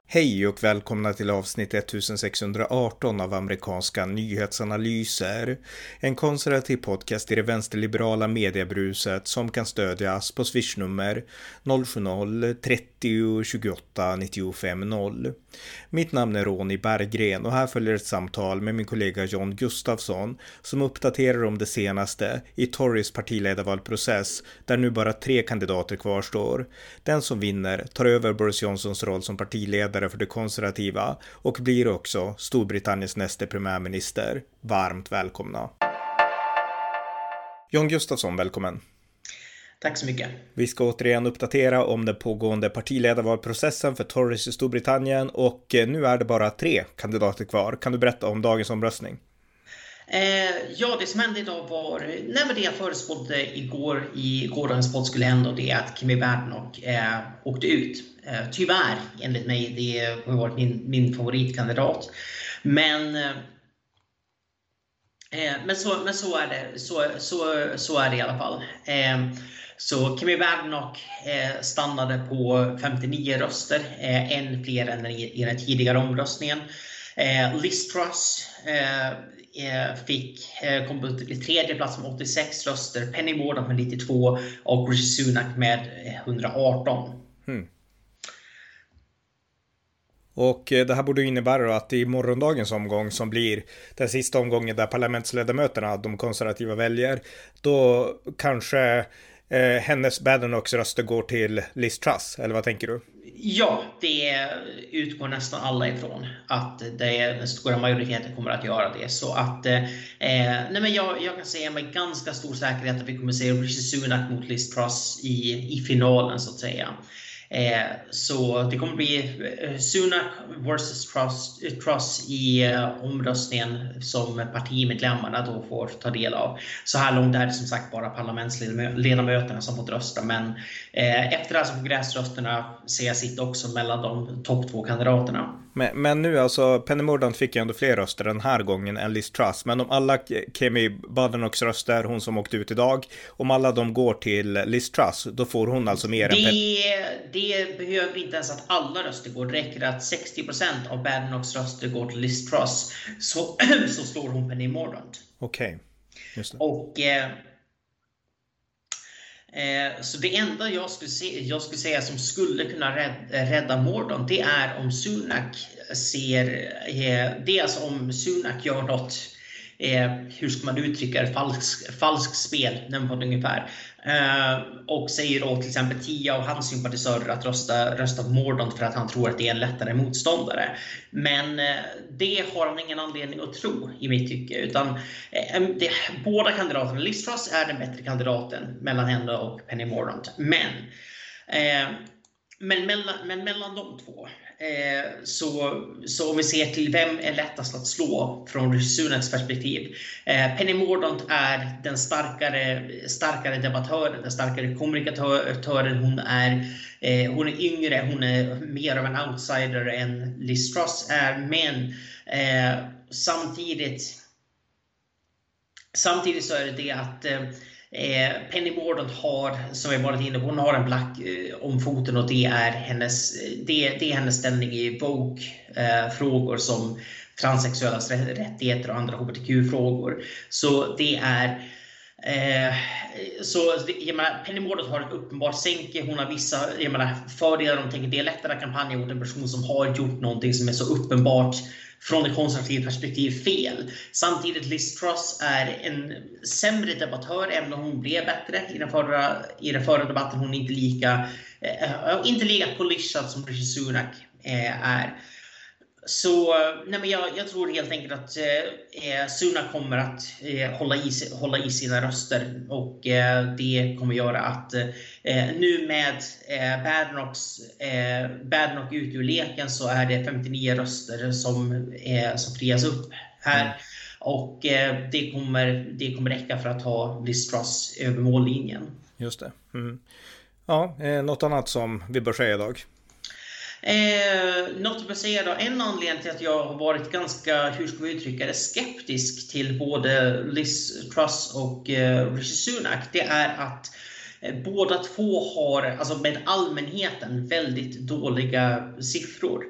Hej och välkomna till avsnitt 1618 av amerikanska nyhetsanalyser. En konservativ podcast i det vänsterliberala mediebruset som kan stödjas på swishnummer 070-30 28 95 0. Mitt namn är Ronny Berggren och här följer ett samtal med min kollega John Gustafsson som uppdaterar om det senaste i Tories partiledarvalprocess där nu bara 3 kandidater kvarstår. Den som vinner tar över Boris Johnsons roll som partiledare för det konservativa och blir också Storbritanniens nästa premiärminister. Varmt välkomna. John Gustafsson, välkommen. Tack så mycket. Vi ska återigen uppdatera om den pågående partiledarvalprocessen för Tories i Storbritannien och nu är det bara 3 kandidater kvar. Kan du berätta om dagens omröstning? Ja, det som hände idag var, det jag förutspådde igår i gårdagens podd skulle hända, och det är att Kemi Badenoch åkte ut. Tyvärr, enligt mig, det har varit min favoritkandidat. Men så är det. Så är det i alla fall. Så Kemi Badenoch stannade på 59 röster, en fler än i den tidigare omröstningen. Liz Truss kom på tredje plats med 86 röster, Penny Mordaunt med 92 och Rishi Sunak med 118. Och det här borde innebära att i morgondagens omgång som blir den sista omgången där parlamentsledamöterna, de konservativa, väljer, då kanske hennes Badenochs röster går till Liz Truss, eller vad tänker du? Ja, det utgår nästan alla ifrån att den stora majoriteten kommer att göra det. Så att jag kan säga med ganska stor säkerhet att vi kommer att se Rishi Sunak mot Liz Truss i finalen, så att säga. Så det kommer bli Sunak versus Truss i omröstningen som partimedlemmarna då får ta del av. Så här långt är det som sagt bara parlamentsledamöterna som fått rösta, men efter det här så får gräsrösterna se sitt också mellan de topp 2 kandidaterna. Men nu alltså, Penny Mordaunt fick ju ändå fler röster den här gången än Liz Truss, men om alla Kemi Badenochs röster, hon som åkte ut idag, om alla de går till Liz Truss, då får hon alltså mer än Det behöver inte ens att alla röster går. Det räcker att 60% av Badenochs röster går till Liz Truss, så slår hon Penny Mordaunt. Okej, just det. Och så det enda jag skulle säga som skulle kunna rädda Mordaunt, det är om Sunak om Sunak gör något, hur ska man uttrycka det, falskt spel ungefär, och säger då till exempel 10 av hans sympatisörer att rösta på Mordaunt för att han tror att det är en lättare motståndare. Men det har han ingen anledning att tro i mitt tycke, utan båda kandidaterna, Liz Truss är den bättre kandidaten mellan henne och Penny Mordaunt, men mellan de två, så om vi ser till vem är lättast att slå från Rishi Sunaks perspektiv, Penny Mordaunt är den starkare debattören, den starkare kommunikatören. Hon är yngre, hon är mer av en outsider än Liz Truss är, men samtidigt så är det att Penny Mordaunt har, som jag varit inne på, hon har en black om foten, och det är hennes ställning i Vogue-frågor som transsexuellas rättigheter och andra hbtq-frågor. Så Penny Mordaunt har ett uppenbart sänke. Hon har vissa fördelar. De tänker det är lättare att kampanja mot en person som har gjort någonting som är så uppenbart från ett konservativt perspektiv fel. Samtidigt Liz Truss är en sämre debattör, även om hon blev bättre i den förra debatten. Hon är inte lika polishad som Rishi Sunak är. Så jag tror helt enkelt att Sunak kommer att hålla i sina röster, och det kommer göra att nu med Badenoch ut ur leken så är det 59 röster som frias upp här, och det kommer räcka för att ta Liz Truss över mållinjen. Just det. Ja, något annat som vi bör säga idag? Något att säga då, en anledning till att jag har varit ganska, hur ska vi uttrycka det, skeptisk till både Liz Truss och Rishi Sunak, det är att båda två har, alltså med allmänheten, väldigt dåliga siffror.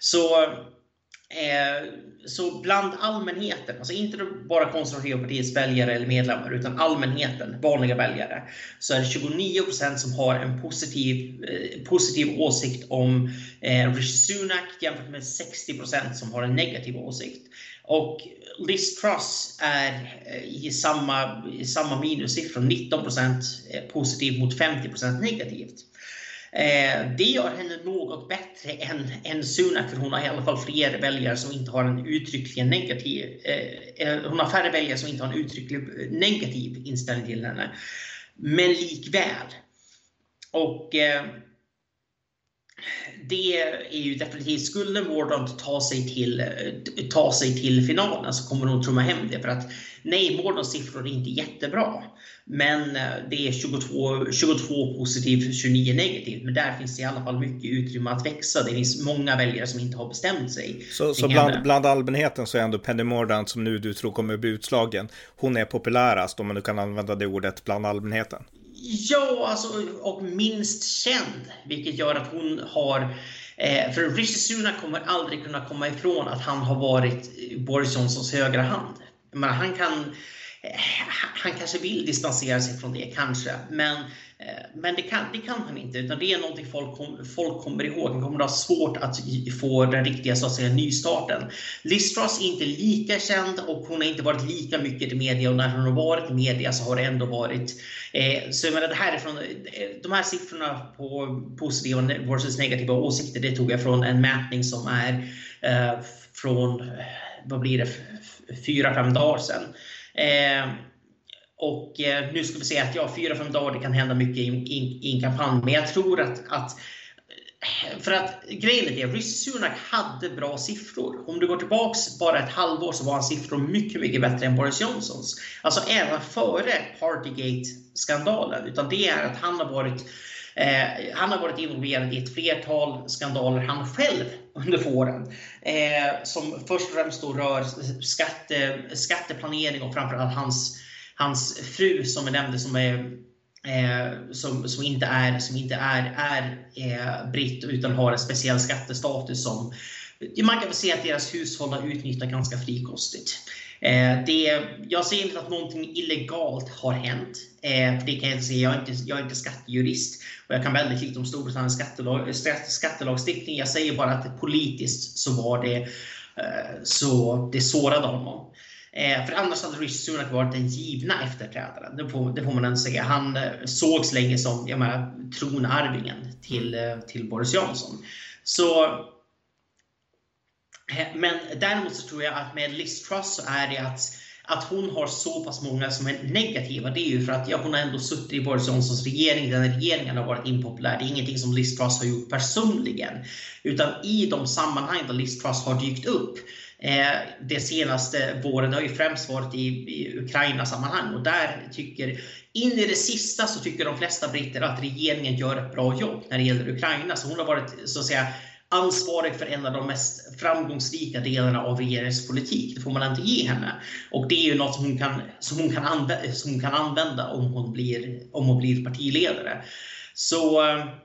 Så bland allmänheten, alltså inte bara konservativa partiets väljare eller medlemmar, utan allmänheten, vanliga väljare, så är det 29% som har en positiv åsikt om Rishi Sunak, jämfört med 60% som har en negativ åsikt. Och Liz Truss är i samma minussiffror, 19% positiv mot 50% negativt. Det gör henne något bättre än Sunak, för hon har i alla fall fler väljare som inte har en uttryckligen negativ, hon har färre väljare som inte har en uttrycklig negativ inställning till henne, men likväl. Och det är ju definitivt, skulle Mordaunt ta sig till finalen, så kommer hon trumma hem det, för att nej, Mordaunts siffror är inte jättebra, men det är 22 positivt, 29 negativt, men där finns det i alla fall mycket utrymme att växa. Det finns många väljare som inte har bestämt sig. Så bland allmänheten så är ändå Penny Mordaunt, som nu du tror kommer bli utslagen, hon är populärast, om man nu kan använda det ordet, bland allmänheten. Ja, alltså, och minst känd, vilket gör att hon har... För Rishi Sunak kommer aldrig kunna komma ifrån att han har varit Boris Johnsons högra hand. Men han kanske vill distansera sig från det, kanske. Men det kan han inte, utan det är någonting folk kommer ihåg. Han kommer att ha svårt att få den riktiga, så att säga, nystarten. Liz Truss är inte lika känd, och hon har inte varit lika mycket i media, och när hon har varit i media så har det ändå varit så jag menar, det här är från de här siffrorna på positiva versus negativa åsikter, det tog jag från en mätning som är från, vad blir det, 4-5 dagar sedan. Och nu ska vi säga att 4-5 dagar, det kan hända mycket i en kampanj. Men jag tror att för att grejen är det, Rishi Sunak hade bra siffror. Om du går tillbaks bara ett halvår, så var hans siffror mycket, mycket bättre än Boris Johnsons. Alltså även före Partygate-skandalen. Utan det är att han har varit involverad i ett flertal skandaler han själv under åren, som först och främst då rör skatteplanering, och framförallt hans fru, som jag nämnde, som inte är britt, utan har en speciell skattestatus som man kan väl säga att deras hushåll har utnyttjat ganska frikostigt. Jag ser inte att någonting illegalt har hänt. Det kan jag inte säga. Jag är inte skattejurist, och jag kan väldigt lite om Storbritanniens skattelagstiftning. Jag säger bara att politiskt så var det så det sårade honom. För annars hade Rishi Sunak varit den givna efterträdaren. Det får man ändå säga. Han sågs länge som tronarvingen till Boris Johnson. Så, men däremot så tror jag att med Liz Truss så är det att hon har så pass många som är negativa. Det är ju för att hon har ändå suttit i Boris Johnsons regering. Den regeringen har varit impopulär. Det är ingenting som Liz Truss har gjort personligen, utan i de sammanhang där Liz Truss har dykt upp det senaste våren har ju främst varit i Ukraina-sammanhang, och där in i det sista så tycker de flesta britter att regeringen gör ett bra jobb när det gäller Ukraina. Så hon har varit, så att säga, ansvarig för en av de mest framgångsrika delarna av regeringens politik. Det får man inte ge henne. Och det är ju något som hon kan använda om hon blir partiledare. Så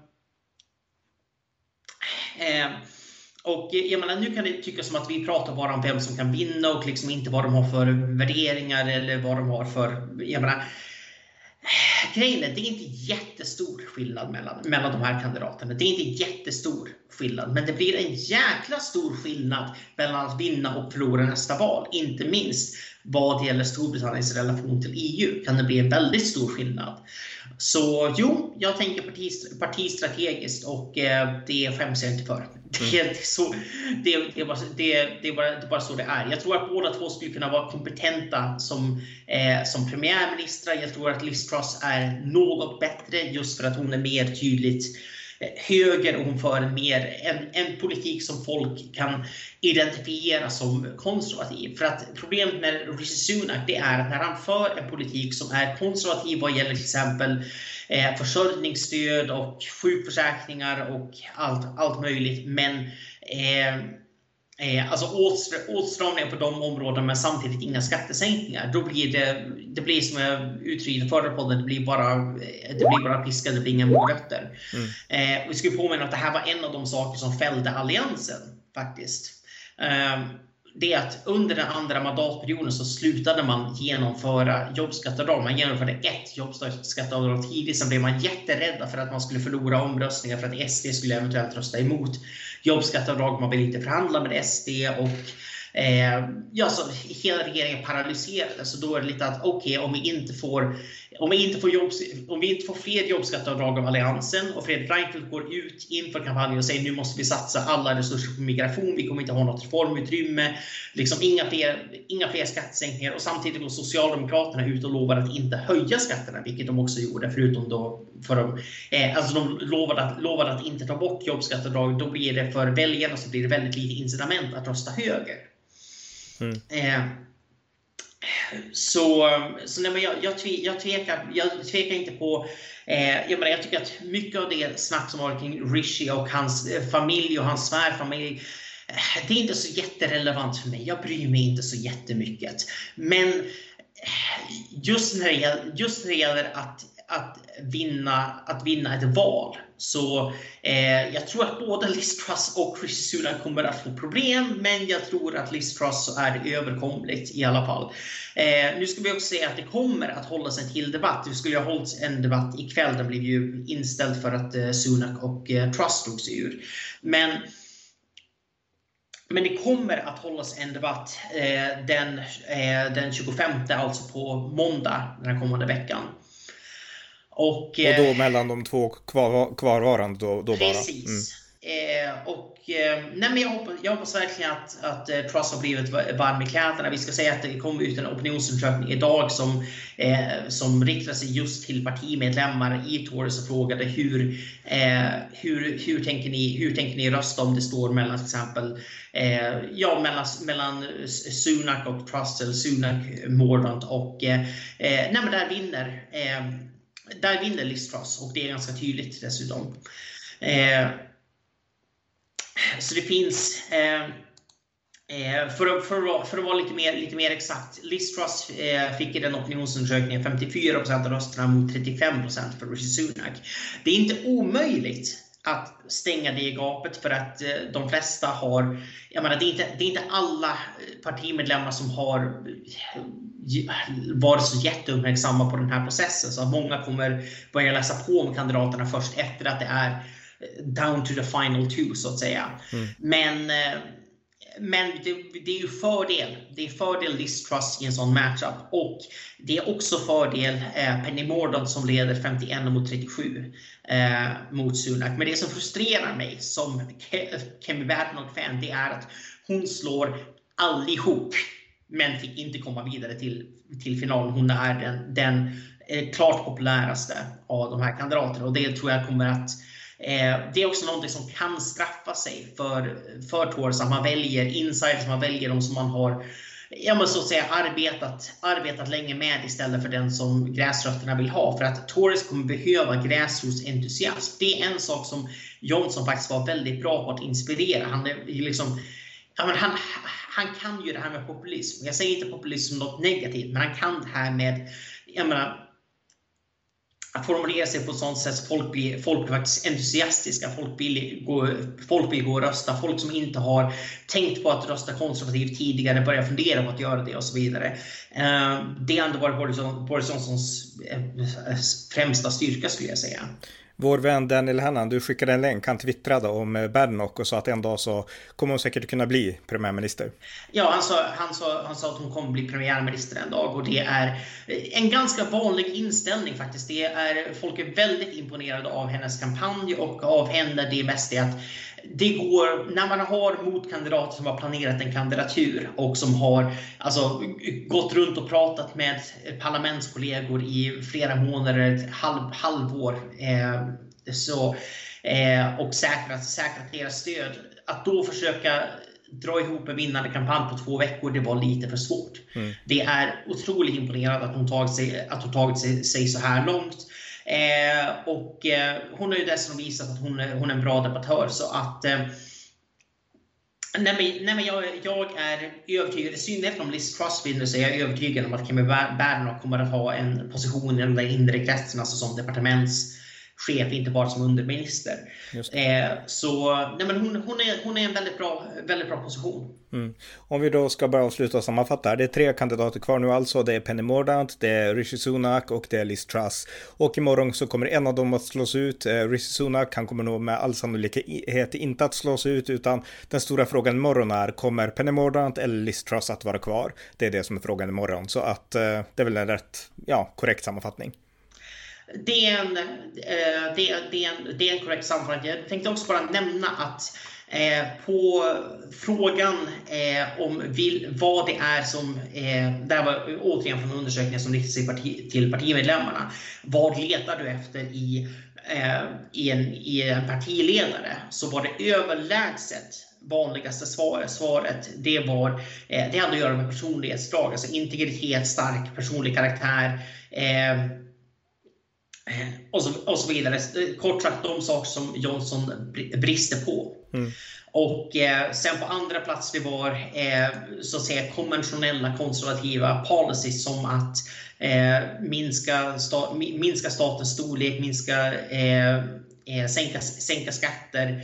och jag menar, nu kan det tyckas som att vi pratar bara om vem som kan vinna och liksom inte vad de har för värderingar eller vad de har för... Jag menar, grejen är, det är inte jättestor skillnad mellan de här kandidaterna. Det är inte jättestor skillnad, men det blir en jäkla stor skillnad mellan att vinna och förlora nästa val. Inte minst vad gäller Storbritanniens relation till EU kan det bli en väldigt stor skillnad. Så jo, jag tänker partistrategiskt, och det skäms jag inte för. Det är bara så det är. Jag tror att båda två skulle kunna vara kompetenta som premiärministrar. Jag tror att Liz Truss är något bättre just för att hon är mer tydligt höger, och hon för en politik som folk kan identifiera som konservativ. För att problemet med Rishi Sunak, det är att när han för en politik som är konservativ vad gäller till exempel försörjningsstöd och sjukförsäkringar och allt möjligt, men alltså åtstramningar på de områdena men samtidigt inga skattesänkningar. Då blir det blir som jag uttryckte förra podden, det blir bara piska, det blir inga morötter. Vi ska påminna att det här var en av de saker som fällde alliansen faktiskt. Det är att under den andra mandatperioden så slutade man genomföra jobbskatteavdrag. Man genomförde ett jobbskatteavdrag tidigt. Sen blev man jätterädda för att man skulle förlora omröstningar för att SD skulle eventuellt rösta emot jobbskatteavdrag. Man ville inte förhandla med SD och så hela regeringen paralyserades. Så då är det lite att okej, om vi inte får fler jobbskatteavdrag av alliansen och Fredrik Reinfeldt går ut inför kampanjen och säger nu måste vi satsa alla resurser på migration, vi kommer inte ha något reformutrymme, liksom inga fler skattesänkningar, och samtidigt går Socialdemokraterna ut och lovar att inte höja skatterna, vilket de också gjorde, förutom då de lovade att inte ta bort jobbskatteavdrag. Då blir det för väljarna så blir det väldigt lite incitament att rösta höger. Så nej, men jag tvekar inte på. Jag tycker att mycket av det snack som var kring Rishi och hans familj och hans svärfamilj, det är inte så jätterelevant för mig. Jag bryr mig inte så jättemycket. Men just när det gäller att vinna ett val, så jag tror att både Liz Truss och Rishi Sunak kommer att få problem, men jag tror att Liz Truss så är det överkomligt i alla fall. Nu ska vi också säga att det kommer att hållas en till debatt. Det skulle ha hållits en debatt ikväll, den blev ju inställd för att Sunak och Truss drog sig ur. Men det kommer att hållas en debatt den 25, alltså på måndag den här kommande veckan. Och då mellan de två kvarvarande då precis. Nej, men jag hoppas verkligen att Truss har blivit varm i kläderna. Vi ska säga att det kom ut en opinionsundersökning idag som riktar sig just till partimedlemmar i Tories och frågade hur tänker ni rösta om det står mellan till exempel mellan Sunak och Truss, eller Sunak, Mordaunt, och men där vinner Liz Truss, och det är ganska tydligt dessutom. Så det finns för att vara lite mer exakt, Liz Truss fick i den opinionsundersökningen 54% av rösterna mot 35% för Rishi Sunak. Det är inte omöjligt att stänga det gapet, för att de flesta har, det är inte alla partimedlemmar som har varit så jätteuppmärksamma på den här processen, så att många kommer börja läsa på om kandidaterna först efter att det är down to the final two, så att säga. Men det är ju fördel. Det är fördel Liz Truss i en sån matchup, och det är också fördel Penny Mordaunt som leder 51 mot 37 mot Sunak. Men det som frustrerar mig som Kemi Badenoch-fan, det är att hon slår allihop, men fick inte komma vidare till finalen. Hon är den klart populäraste av de här kandidaterna, och det tror jag kommer att det är också något som kan straffa sig för Tories, att man väljer insiders, man väljer de som man har så att säga arbetat länge med, istället för den som gräsrötterna vill ha. För att Tories kommer behöva gräsrotsentusiasm. Det är en sak som Johnson faktiskt var väldigt bra på att inspirera. Han är liksom, han kan ju det här med populism. Jag säger inte populism som något negativt, men han kan det här med att formulera sig på ett sånt sätt att folk blir faktiskt entusiastiska. Folk vill gå och rösta. Folk som inte har tänkt på att rösta konservativt tidigare börjar fundera på att göra det, och så vidare. Det har ändå varit Boris Johnsons främsta styrka, skulle jag säga. Vår vän Daniel Hannan, du skickade en länk, han twittrade om Badenoch och sa att en dag så kommer hon säkert kunna bli premiärminister. Ja, han sa att hon kommer bli premiärminister en dag, och det är en ganska vanlig inställning faktiskt. Folk är väldigt imponerade av hennes kampanj och av henne. Det mesta är att det går, när man har motkandidater som har planerat en kandidatur och som har gått runt och pratat med parlamentskollegor i flera månader, ett halvår, och säkrat deras stöd, att då försöka dra ihop en vinnande kampanj på 2 veckor, det var lite för svårt. Det är otroligt imponerande att hon tagit sig så här långt. Och hon har ju dessutom visat att hon är en bra debattör, så att Nej, men jag är övertygad, i synnerhet om Liz Truss vinner, så är jag övertygad om att Kemi Badenoch kommer att ha en position i den där inre kretsen, alltså som departementschef, inte bara som underminister. Så nej, men hon är en väldigt bra position. Om vi då ska bara avsluta och sammanfatta, det är 3 kandidater kvar nu alltså. Det är Penny Mordaunt, det är Rishi Sunak och det är Liz Truss. Och imorgon så kommer en av dem att slås ut. Rishi Sunak, han kommer nog med all sannolikhet inte att slås ut, utan den stora frågan imorgon är, kommer Penny Mordaunt eller Liz Truss att vara kvar? Det är det som är frågan imorgon, så att det är väl en rätt korrekt sammanfattning. Det är en korrekt sammanfattning. Jag tänkte också bara nämna att på frågan om vad det är som, där var återigen från undersökningen som riktar sig till partimedlemmarna, vad letar du efter i en partiledare, så var det överlägset vanligaste svaret, det hade att göra med personlighetsdrag, alltså integritet, stark personlig karaktär, och så vidare. Kort sagt de saker som Johnson brister på. Och sen på andra plats det var så att säga konventionella konservativa policies, som att minska statens storlek, sänka skatter,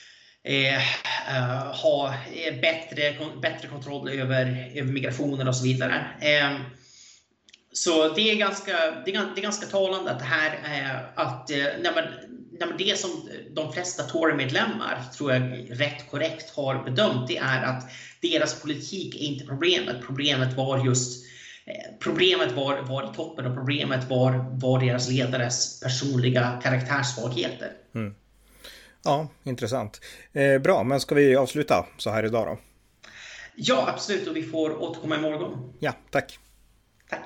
ha bättre kontroll över migrationen och så vidare. Så det är ganska talande att det här att det som de flesta Tory-medlemmar, tror jag rätt korrekt har bedömt, det är att deras politik är inte problemet. Problemet var i toppen, och problemet var deras ledares personliga karaktärssvagheter. Ja, intressant. Bra, men ska vi avsluta så här idag då? Ja, absolut, och vi får återkomma imorgon. Ja, tack. Tack.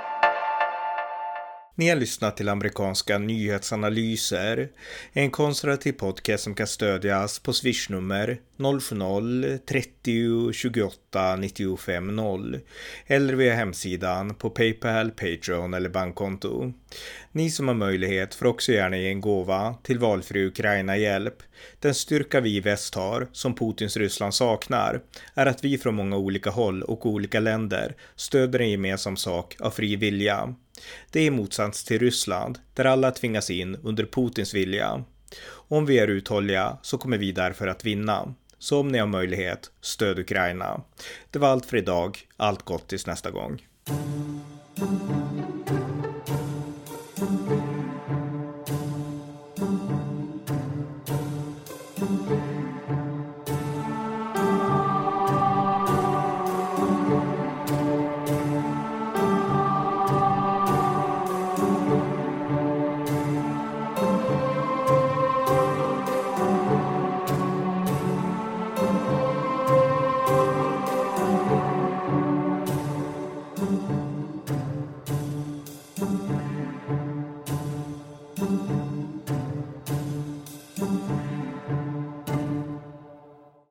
Ni har lyssnat till amerikanska nyhetsanalyser, en konservativ podcast som kan stödjas på Swish-nummer 070-30 28 95 0 eller via hemsidan på PayPal, Patreon eller bankkonto. Ni som har möjlighet får också gärna ge en gåva till valfri Ukraina-hjälp. Den styrka vi i väst har, som Putins Ryssland saknar, är att vi från många olika håll och olika länder stöder en gemensam sak av fri vilja. Det är i motsats till Ryssland, där alla tvingas in under Putins vilja. Om vi är uthålliga så kommer vi därför att vinna. Så om ni har möjlighet, stöd Ukraina. Det var allt för idag. Allt gott tills nästa gång.